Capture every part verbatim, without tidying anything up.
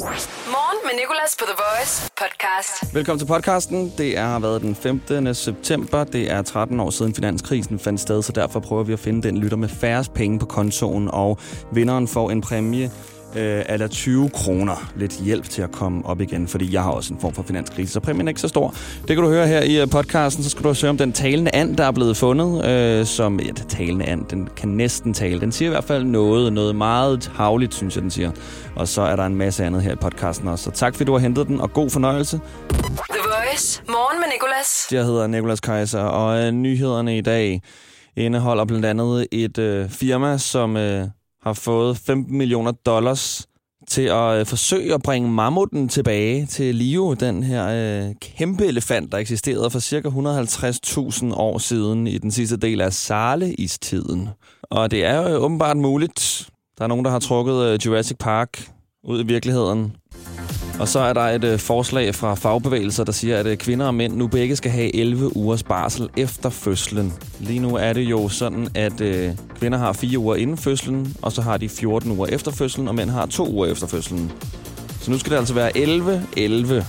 Morgen med Nicolas på The Voice podcast. Velkommen til podcasten. Det er været den femtende september. Det er tretten år siden finanskrisen fandt sted, så derfor prøver vi at finde den lytter med færrest penge på kontoen, og vinderen får en præmie øh, af tyve kroner. Lidt hjælp til at komme op igen, fordi jeg har også en form for finanskrise, så præmien er ikke så stor. Det kan du høre her i podcasten. Så skal du høre om den talende and, der er blevet fundet, øh, som ja, det talende and, den kan næsten tale. Den siger i hvert fald noget, noget meget havligt, synes jeg, den siger. Og så er der en masse andet her i podcasten også. Så tak, fordi du har hentet den, og god fornøjelse. The Voice. Morgen med Nicolas. Jeg hedder Nicolas Kaiser, og øh, nyhederne i dag indeholder blandt andet et øh, firma, som øh, har fået femten millioner dollars til at øh, forsøge at bringe mammuten tilbage til live. Den her øh, kæmpe elefant, der eksisterede for cirka et hundrede og halvtreds tusind år siden i den sidste del af Saale-istiden. Og det er jo øh, åbenbart muligt. Der er nogen, der har trukket øh, Jurassic Park ud i virkeligheden. Og så er der et øh, forslag fra fagbevægelser, der siger, at øh, kvinder og mænd nu begge skal have elleve ugers barsel efter fødslen. Lige nu er det jo sådan, at øh, kvinder har fire uger inden fødslen, og så har de fjorten uger efter fødslen, og mænd har to uger efter fødslen. Så nu skal det altså være elleve elleve.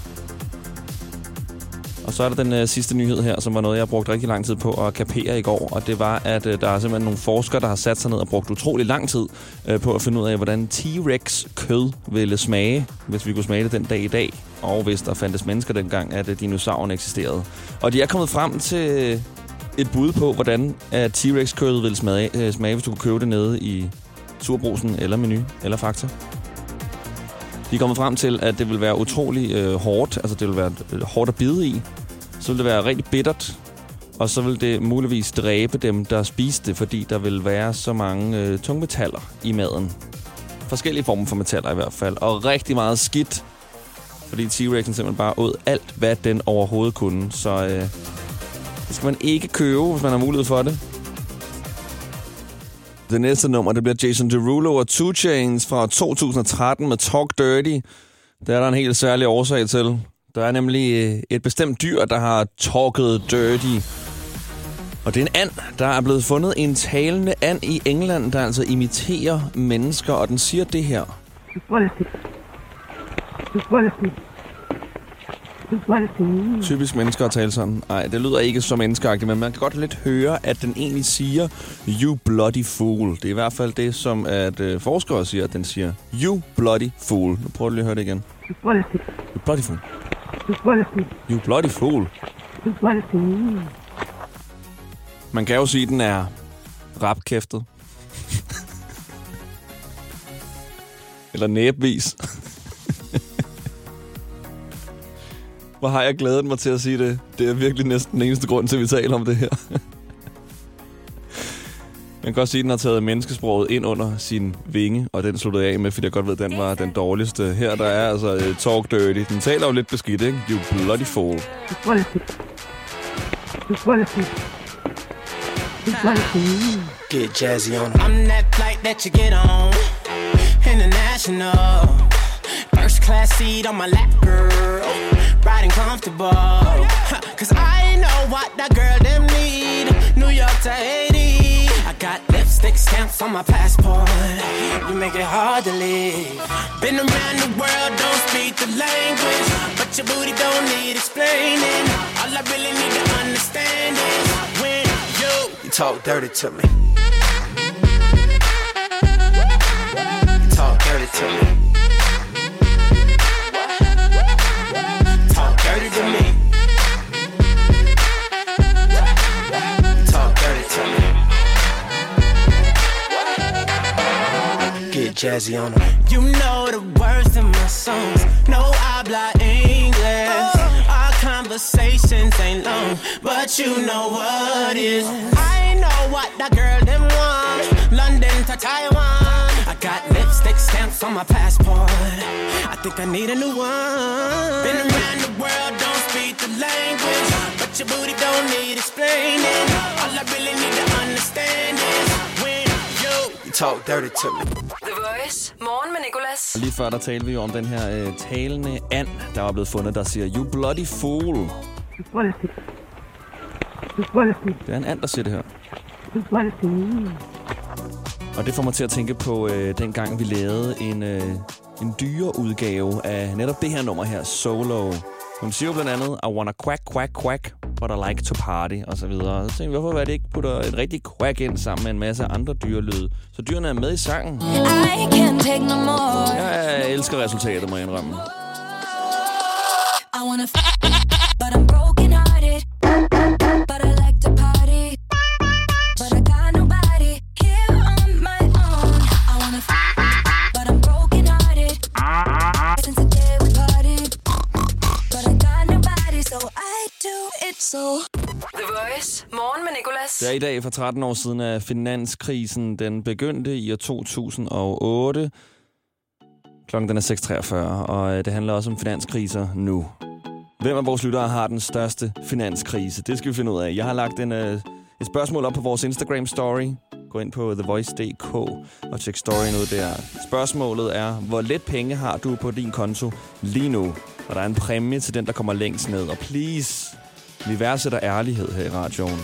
Og så er der den øh, sidste nyhed her, som var noget, jeg brugte rigtig lang tid på at kapere i går. Og det var, at øh, der er simpelthen nogle forskere, der har sat sig ned og brugt utrolig lang tid øh, på at finde ud af, hvordan T-Rex kød ville smage, hvis vi kunne smage det den dag i dag. Og hvis der fandtes mennesker dengang, at øh, dinosaurerne eksisterede. Og de er kommet frem til et bud på, hvordan at T-Rex kød ville smage, øh, smage, hvis du kunne købe det nede i Surbrugsen eller Meny eller Fakta. De er kommet frem til, at det vil være utrolig øh, hårdt, altså det vil være øh, hårdt at bide i. Så vil det være rigtig bittert, og så vil det muligvis dræbe dem, der spiser det, fordi der vil være så mange øh, tungmetaller i maden. Forskellige former for metaller i hvert fald, og rigtig meget skidt, fordi T-Rexen simpelthen bare åd alt, hvad den overhovedet kunne. Så øh, det skal man ikke købe, hvis man har mulighed for det. Det næste nummer, det bliver Jason Derulo og two Chainz fra to tusind og tretten med Talk Dirty. Det er der en helt særlig årsag til. Der er nemlig et bestemt dyr, der har talket dirty. Og det er en and, der er blevet fundet en talende and i England, der altså imiterer mennesker, og den siger det her. Typisk mennesker at tale sådan. Nej, det lyder ikke så menneskeagtigt, men man kan godt lidt høre, at den egentlig siger, you bloody fool. Det er i hvert fald det, som at øh, forskere siger, at den siger, you bloody fool. Nu prøver du lige at høre det igen. You bloody fool. You bloody fool. Man kan jo sige, at den er rapkæftet. Eller næbvis. Hvor har jeg glædet mig til at sige det. Det er virkelig næsten den eneste grund til, at vi taler om det her. Man kan godt sige, at den har taget menneskesproget ind under sin vinge, og den sluttede af med, fordi jeg godt ved, at den var den dårligste. Her der er altså uh, Talk Dirty. Den taler jo lidt beskidt, ikke? You bloody fool. Get jazzy on. I'm that flight that you get on. International. First class seat on my lap, girl. Riding comfortable. Cause I know what that girl them need. New York to Haiti. I got lipstick stamps on my passport. You make it hard to leave. Been around the world, don't speak the language. But your booty don't need explaining. All I really need to understand is when you, you talk dirty to me. You talk dirty to me. Talk dirty to me. Talk dirty to me. Get jazzy on them. You know the words in my songs. No habla English. Our conversations ain't long, but you know what is. I know what that girl them want. London to Taiwan. I got lipstick stamps on my passport. I think I need a new one. Been around the world, don't speak the language. But your booty don't need explaining. All I really need to understand is when you, you talk dirty to me. The Voice. Morgen med Nicolas. Lige før der talte vi jo om den her øh, talende and, der var blevet fundet, der siger, you bloody fool. Det er en and, der siger det her. Og det får mig til at tænke på øh, den gang, vi lavede en øh, en dyre udgave af netop det her nummer her, Solo. Hun siger blandt andet, I wanna quack, quack, quack, but I like to party, og så videre. Så tænkte jeg, hvorfor var det ikke putter et rigtig quack ind sammen med en masse andre dyrelyde? Så dyrene er med i sangen. I can't take no more. Jeg elsker resultatet, må jeg indrømme. I wanna f- but I'm broken hearted. But I like to party. But I got nobody here on my own. I wanna f- but I'm broken hearted. Since the day we parted. But I got nobody, so I do it so. The Voice. Morgen med Nicolas. Det er i dag for tretten år siden, at finanskrisen den begyndte i år to tusind og otte. Klokken den er seks treogfyrre, og det handler også om finanskriser nu. Hvem af vores lyttere har den største finanskrise? Det skal vi finde ud af. Jeg har lagt en, et spørgsmål op på vores Instagram-story. Gå ind på the voice punktum d k og tjek storyen ud der. Spørgsmålet er, hvor lidt penge har du på din konto lige nu? Og der er en præmie til den, der kommer længst ned. Og please, vi værdsætter ærlighed her i radioen.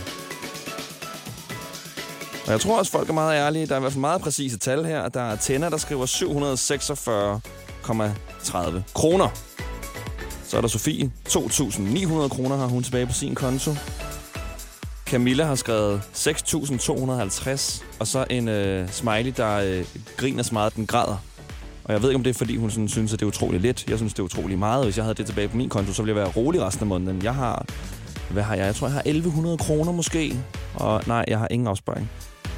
Og jeg tror også, folk er meget ærlige. Der er i hvert fald meget præcise tal her. Der er Tænder, der skriver syv hundrede og seksogfyrre komma tredive kroner. Så er der Sofie. to tusind ni hundrede kroner har hun tilbage på sin konto. Camilla har skrevet seks tusind to hundrede og halvtreds. Og så en øh, smiley, der øh, griner så meget, den græder. Og jeg ved ikke, om det er, fordi hun sådan, synes, at det er utroligt lidt. Jeg synes, det er utroligt meget. Hvis jeg havde det tilbage på min konto, så ville jeg være rolig resten af måneden. Jeg har... Hvad har jeg? Jeg tror, jeg har elleve hundrede kroner måske. Og nej, jeg har ingen afsparing.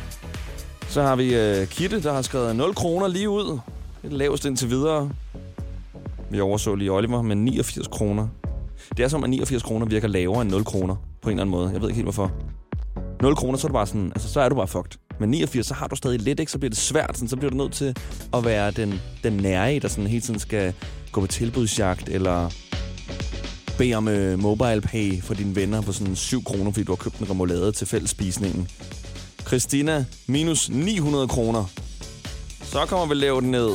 Så har vi øh, Kitte, der har skrevet nul kroner lige ud. Det er lavest indtil videre. Vi overså lige Oliver med niogfirs kroner. Det er som, at niogfirs kroner virker lavere end nul kroner på en eller anden måde. Jeg ved ikke helt, hvorfor. nul kroner, så er du bare sådan, altså så er du bare fucked. Men niogfirs, så har du stadig lidt, ikke? Så bliver det svært, sådan, så bliver du nødt til at være den, den nære, der sådan hele tiden skal gå på tilbudsjagt, eller bede om uh, mobile pay for dine venner på sådan syv kroner, fordi du har købt en remoulade til fællesspisningen. Christina, minus ni hundrede kroner. Så kommer vi lavt ned.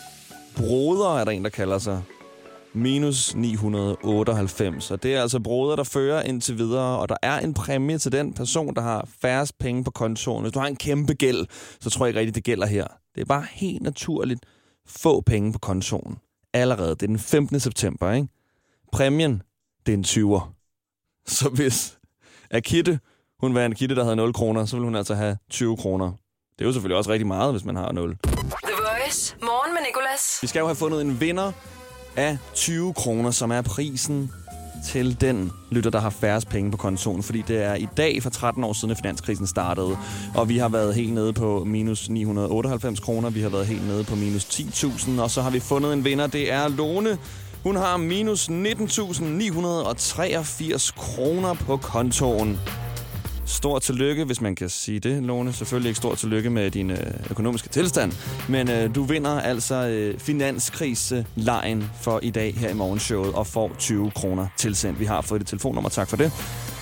Broder er der en, der kalder sig. Minus ni hundrede otteoghalvfems. Og det er altså Broder, der fører indtil videre. Og der er en præmie til den person, der har færrest penge på kontoen. Hvis du har en kæmpe gæld, så tror jeg ikke rigtigt, det gælder her. Det er bare helt naturligt få penge på kontoen. Allerede. Det er den femtende september, ikke? Præmien, det er en tyver. Så hvis Akitte, hun var en Kitte, der havde nul kroner, så vil hun altså have tyve kroner. Det er jo selvfølgelig også rigtig meget, hvis man har nul. The Voice. Morgen med Nicolas. Vi skal jo have fundet en vinder af tyve kroner, som er prisen til den lytter, der har færrest penge på kontoen. Fordi det er i dag for tretten år siden, at finanskrisen startede. Og vi har været helt nede på minus ni hundrede otteoghalvfems kroner. Vi har været helt nede på minus ti tusind. Og så har vi fundet en vinder. Det er Lone. Hun har minus nitten tusind ni hundrede treogfirs kroner på kontoen. Stort tillykke, hvis man kan sige det, Lone. Selvfølgelig ikke stort tillykke med din øh, økonomiske tilstand. Men øh, du vinder altså øh, finanskrise-lejen for i dag her i morgenshowet og får tyve kroner tilsendt. Vi har fået dit telefonnummer, tak for det.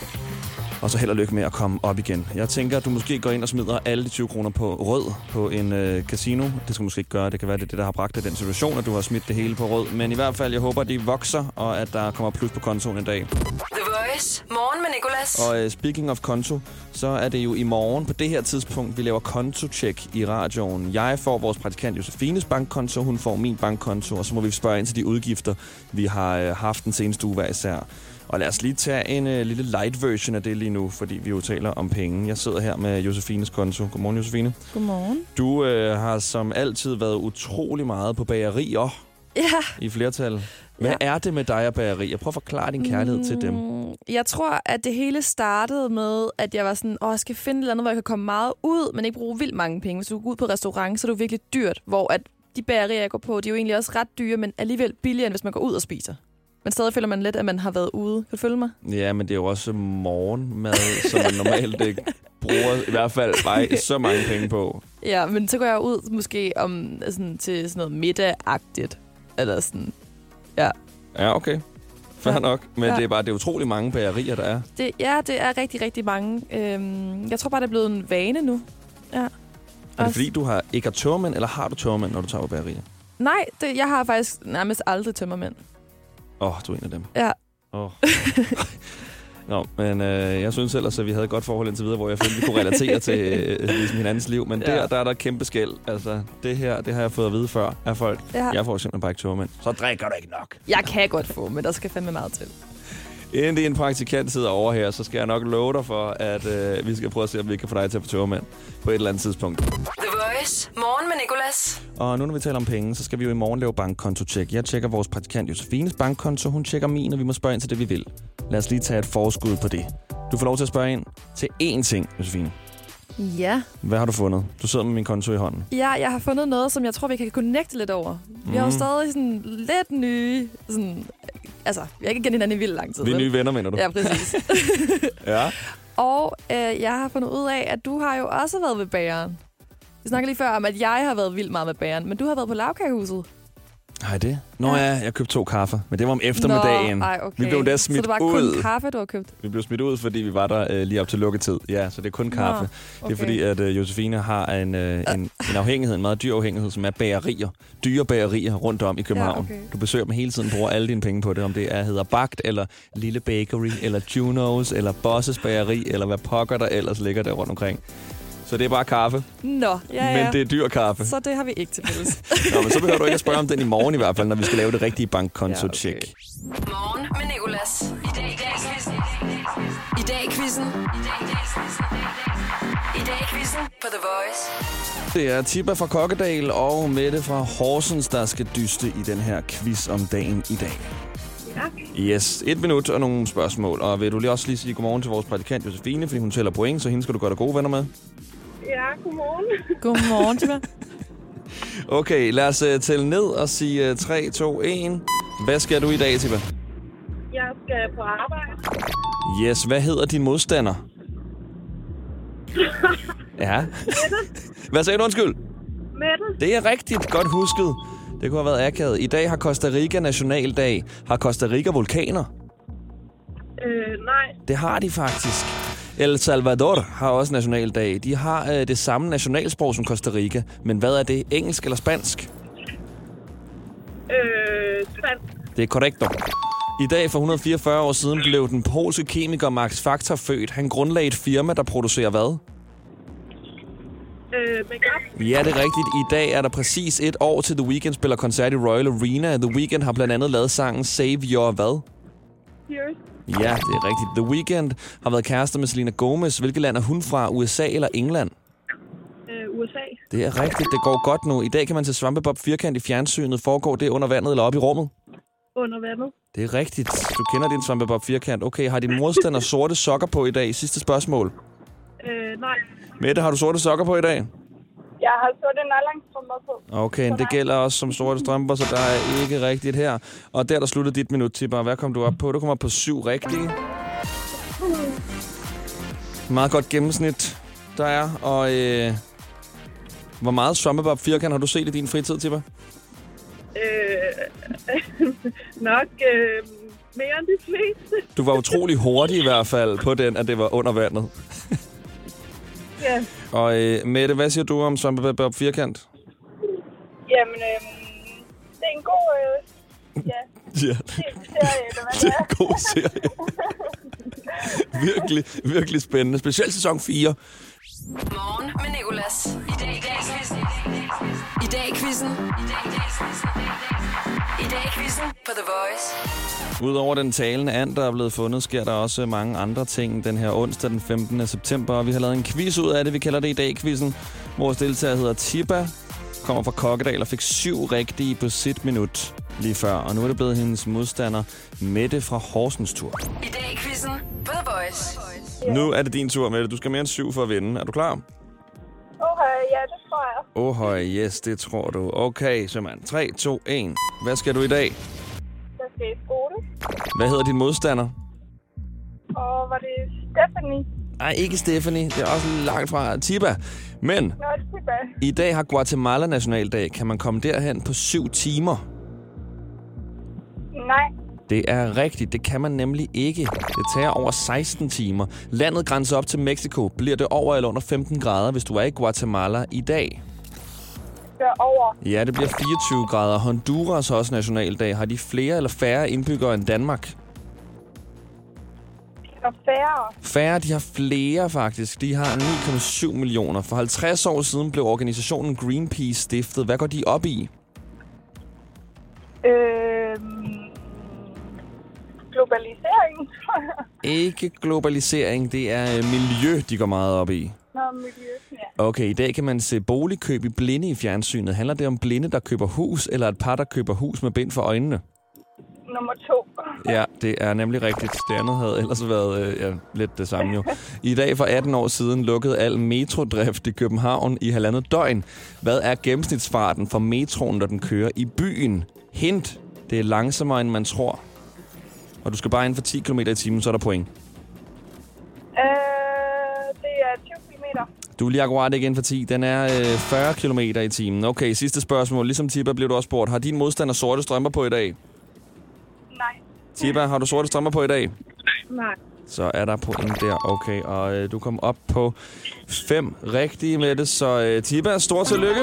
Og så held og lykke med at komme op igen. Jeg tænker, at du måske går ind og smider alle de tyve kroner på rød på en øh, casino. Det skal du måske ikke gøre. Det kan være, det er det, der har bragt dig den situation, at du har smidt det hele på rød. Men i hvert fald, jeg håber, at de vokser, og at der kommer plus på kontoen i dag. The Voice. Morgen med Nicolas. Og uh, speaking of konto, så er det jo i morgen på det her tidspunkt, vi laver kontotjek i radioen. Jeg får vores praktikant Josefines bankkonto, hun får min bankkonto, og så må vi spørge ind til de udgifter, vi har uh, haft den seneste uge hver især. Og lad os lige tage en uh, lille light version af det lige nu, fordi vi jo taler om penge. Jeg sidder her med Josefines konto. Godmorgen, Josefine. Godmorgen. Du uh, har som altid været utrolig meget på bagerier. Ja. I flertal. Hvad ja. er det med dig og bagerier? Prøv at forklare din kærlighed mm, til dem. Jeg tror, at det hele startede med, at jeg var sådan, åh, jeg skal finde et eller andet, hvor jeg kan komme meget ud, men ikke bruge vildt mange penge. Hvis du går ud på restaurant, så er det jo virkelig dyrt, hvor at de bagerier, jeg går på, de er jo egentlig også ret dyre, men alligevel billigere, end hvis man går ud og spiser. Men stadig føler man lidt, at man har været ude. Kan du følge mig? Ja, men det er jo også morgenmad, som man normalt ikke bruger, i hvert fald bare så mange penge på. Ja, men så går jeg ud måske om, sådan, til sådan noget middagagtigt. Eller sådan, ja. Ja, okay. Fair ja. nok. Men ja. det er bare det er utrolig mange bagerier, der er. Det, ja, det er rigtig, rigtig mange. Øhm, jeg tror bare, det er blevet en vane nu. Ja. Er det også fordi, du har ikke har tørmænd, eller har du tørmænd, når du tager på bagerier? Nej, det, jeg har faktisk nærmest aldrig tømmermænd. Åh, oh, du er en af dem. Ja. Oh. Nå, men øh, jeg synes ellers, at vi havde et godt forhold indtil videre, hvor jeg følte, vi kunne relatere til øh, ligesom hinandens liv. Men ja. der, der er der et kæmpe skæld. Altså, det her, det har jeg fået at vide før af folk. Ja. Jeg får simpelthen bare ikke tørmænd. Så drikker du ikke nok. Jeg kan godt få, men der skal fandme meget til. Inden det en praktikant sidder over her, så skal jeg nok love dig for, at øh, vi skal prøve at se, om vi kan få dig til at få tørmænd på et eller andet tidspunkt. The Voice. Morgen med Nicolas. Og nu når vi taler om penge, så skal vi jo i morgen lave bankkonto-tjek. Jeg tjekker vores praktikant Josefines bankkonto, hun tjekker min, og vi må spørge ind til det, vi vil. Lad os lige tage et forskud på det. Du får lov til at spørge ind til én ting, Josefine. Ja. Hvad har du fundet? Du sidder med min konto i hånden. Ja, jeg har fundet noget, som jeg tror, vi kan connecte lidt over. Vi mm. har jo stadig sådan lidt nye... Sådan, altså, vi har ikke kendt hinanden i vildt lang tid. Vi er nye venner, mener du? Ja, præcis. Ja. Og øh, jeg har fundet ud af, at du har jo også været ved bageren. Vi snakker lige før om, at jeg har været vildt meget med bageren, men du har været på Lavkagehuset. Nej, det? Nå ja, jeg købte to kaffe, men det var om eftermiddagen. Nå, ej, okay. Vi blev der smidt ud. Så det var ud. kun kaffe, du har købt? Vi blev smidt ud, fordi vi var der øh, lige op til lukketid. Ja, så det er kun kaffe. Nå, okay. Det er fordi, at øh, Josefine har en, øh, en, en afhængighed, en meget dyr afhængighed, som er bagerier. Dyre bagerier rundt om i København. Ja, okay. Du besøger dem hele tiden, bruger alle dine penge på det. Om det er hedder Bagt, eller Lille Bakery, eller Junos, eller Bosses Bageri, eller hvad pokker der ellers ligger der rundt omkring. Så det er bare kaffe. Nå, ja, ja. Men det er dyr kaffe. Så det har vi ikke til fælles. Nå, men så behøver du ikke at spørge om den i morgen i hvert fald, når vi skal lave det rigtige bankkonto-tjek. Ja, okay. Morgen med Nicolas. I dag i quizzen. I dag i quizzen. I dag i quizzen på The Voice. Det er Tippa fra Kokkedal og Mette fra Horsens, der skal dyste i den her quiz om dagen i dag. Ja. Yes, et minut og nogle spørgsmål. Og vil du lige også lige sige godmorgen til vores praktikant Josefine, fordi hun tæller point, så hende skal du gøre dig gode venner med. Ja, godmorgen. Godmorgen, Tippa. Okay, lad os uh, tælle ned og sige uh, tre, to, et. Hvad skal du i dag, Tippa? Jeg skal på arbejde. Yes, hvad hedder din modstander? Ja. Hvad sagde du, undskyld? Mette. Det er rigtigt godt husket. Det kunne have været akavet. I dag har Costa Rica nationaldag. Har Costa Rica vulkaner? Øh, nej. Det har de faktisk. El Salvador har også nationaldag. De har øh, det samme nationalsprog som Costa Rica. Men hvad er det? Engelsk eller spansk? Øh, spansk. Det er korrekt dog. I dag for et hundrede og fireogfyrre år siden blev den polske kemiker Max Factor født. Han grundlagde et firma, der producerer hvad? Øh, make-up. Ja, det er rigtigt. I dag er der præcis et år til The Weeknd spiller koncert i Royal Arena. The Weeknd har blandt andet lavet sangen Save Your hvad? Tears. Ja, det er rigtigt. The Weeknd har været kærester med Selena Gomez. Hvilket land er hun fra? U S A eller England? Øh, U S A. Det er rigtigt. Det går godt nu. I dag kan man se Svampebob firkant i fjernsynet. Foregår det under vandet eller op i rummet? Under vandet. Det er rigtigt. Du kender din Svampebob firkant. Okay, har din modstander sorte sokker på i dag? Sidste spørgsmål. Øh, nej. Mette, har du sorte sokker på i dag? Jeg har sorte nylonstrømper på. Okay, det gælder også som sorte strømper, så der er ikke rigtigt her. Og der der sluttede dit minut, Tipper. Hvad kom du op på? Du kom op på syv rigtige. Meget godt gennemsnit, der er. Og øh, hvor meget Svampebob firkant har du set i din fritid, Tipper? Øh, nok øh, mere end de fleste. Du var utrolig hurtig i hvert fald på den, at det var under vandet. Ja. Og øh, Mette, hvad siger du om Svampebob firkant? Jamen, øh, det er en god... Øh, ja. Ja. Serie, eller hvad det er en god serie. virkelig, virkelig spændende. Specielt sæson fire. Morgen med Nicolas. I dag i quizzen. I dag i quizzen. I dag i quizzen på The Voice. Udover den talende and, der er blevet fundet, sker der også mange andre ting den her onsdag den femtende september. Og vi har lavet en quiz ud af det. Vi kalder det i dag quizzen. Vores deltager hedder Tippa, kommer fra Kokkedal og fik syv rigtige på sit minut lige før. Og nu er det blevet hendes modstander Mette fra Horsens tur. I dag i quizzen på The Voice. Nu er det din tur, Mette. Du skal mere end syv for at vinde. Er du klar? Okay, ja, det tror jeg. Åh, oh, yes, det tror du. Okay, simpelthen. tre, to, et. Hvad skal du i dag? Jeg skal i skole. Hvad hedder din modstander? Og var det Stephanie? Nej, ikke Stephanie. Det er også langt fra Tippa. Men Nå, Tippa. I dag har Guatemala nationaldag. Kan man komme derhen på syv timer? Nej. Det er rigtigt. Det kan man nemlig ikke. Det tager over seksten timer. Landet grænser op til Mexico. Bliver det over eller under femten grader, hvis du er i Guatemala i dag? Det er over. Ja, det bliver fireogtyve grader. Honduras har også nationaldag. Har de flere eller færre indbyggere end Danmark? Og færre. Færre, de har flere faktisk. De har ni komma syv millioner. For halvtreds år siden blev organisationen Greenpeace stiftet. Hvad går de op i? Øhm, globalisering, tror jeg. Ikke globalisering, det er miljø, de går meget op i. Nå, miljø, ja. Okay, i dag kan man se boligkøb i blinde i fjernsynet. Handler det om blinde, der køber hus, eller et par, der køber hus med bind for øjnene? Nummer to. Ja, det er nemlig rigtigt. Det andet havde ellers været øh, ja, lidt det samme jo. I dag for atten år siden lukkede al metrodrift i København i halvandet døgn. Hvad er gennemsnitsfarten for metroen, når den kører i byen? Hint, det er langsommere, end man tror. Og du skal bare inden for ti kilometer i timen, så er der point. Øh, det er tyve kilometer. Du er lige akkurat ikke inden for ti. Den er øh, fyrre kilometer i timen. Okay, sidste spørgsmål. Ligesom Tiba blev du også spurgt. Har din modstander sorte strømper på i dag? Nej. Tiba, har du sorte strømper på i dag? Nej. Så er der point der. Okay, og øh, du kom op på fem rigtige med det. Så øh, Tiba, stort tillykke.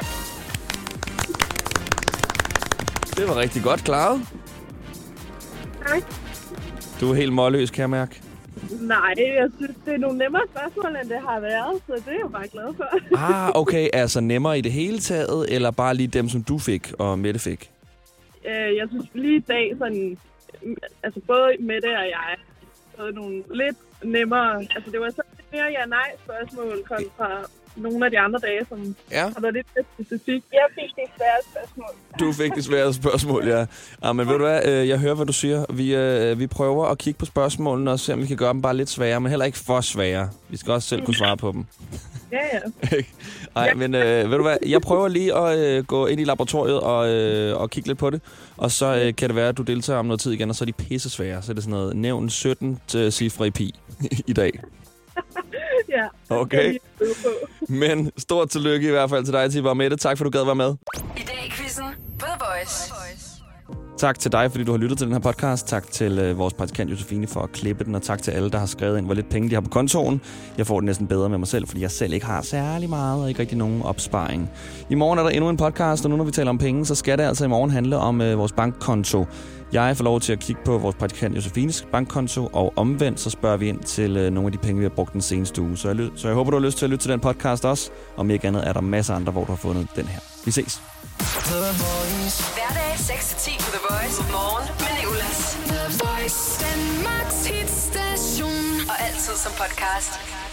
Det var rigtig godt klaret. Nej. Du er helt målløs, kan jeg mærke. Nej, jeg synes, det er nogle nemmere spørgsmål, end det har været, så det er jeg bare glad for. Ah, okay. Altså nemmere i det hele taget, eller bare lige dem, som du fik og Mette fik? Øh, jeg synes lige i dag, sådan, altså både Mette og jeg, havde nogle lidt nemmere, altså det var så lidt mere ja-nej-spørgsmål kontra nogle af de andre dage, som Ja. har været lidt mere specifikt. Jeg fik de svære spørgsmål. Du fik det svære spørgsmål, ja. Ja, men ved du hvad, øh, jeg hører, hvad du siger. Vi, øh, vi prøver at kigge på spørgsmålene og se, om vi kan gøre dem bare lidt sværere, men heller ikke for svære. Vi skal også selv kunne svare på dem. Ja, ja. Nej, ja. men øh, ved du hvad, jeg prøver lige at øh, gå ind i laboratoriet og, øh, og kigge lidt på det. Og så øh, kan det være, at du deltager om noget tid igen, og så er de pisse svære. Så er det sådan noget, nævn sytten cifre i pi i dag. Ja. Okay. Men stort tillykke i hvert fald til dig, Tiba og Mette. Tak, for du gad være med. I dag i quizzen på The Voice. Tak til dig, fordi du har lyttet til den her podcast. Tak til øh, vores praktikant Josefine for at klippe den, og tak til alle, der har skrevet ind, hvor lidt penge de har på kontoen. Jeg får det næsten bedre med mig selv, fordi jeg selv ikke har særlig meget og ikke rigtig nogen opsparing. I morgen er der endnu en podcast, og nu når vi taler om penge, så skal det altså i morgen handle om øh, vores bankkonto. Jeg får lov til at kigge på vores praktikant Josefines bankkonto, og omvendt så spørger vi ind til øh, nogle af de penge, vi har brugt den seneste uge. Så jeg, så jeg håber, du har lyst til at lytte til den podcast også. Om ikke andet er der masser af andre, hvor du har fundet den her. Vi ses. Hverdag seks til ti på The Voice. Morgen med Nicolas. The Voice. Danmarks hitstation. Og altid som podcast.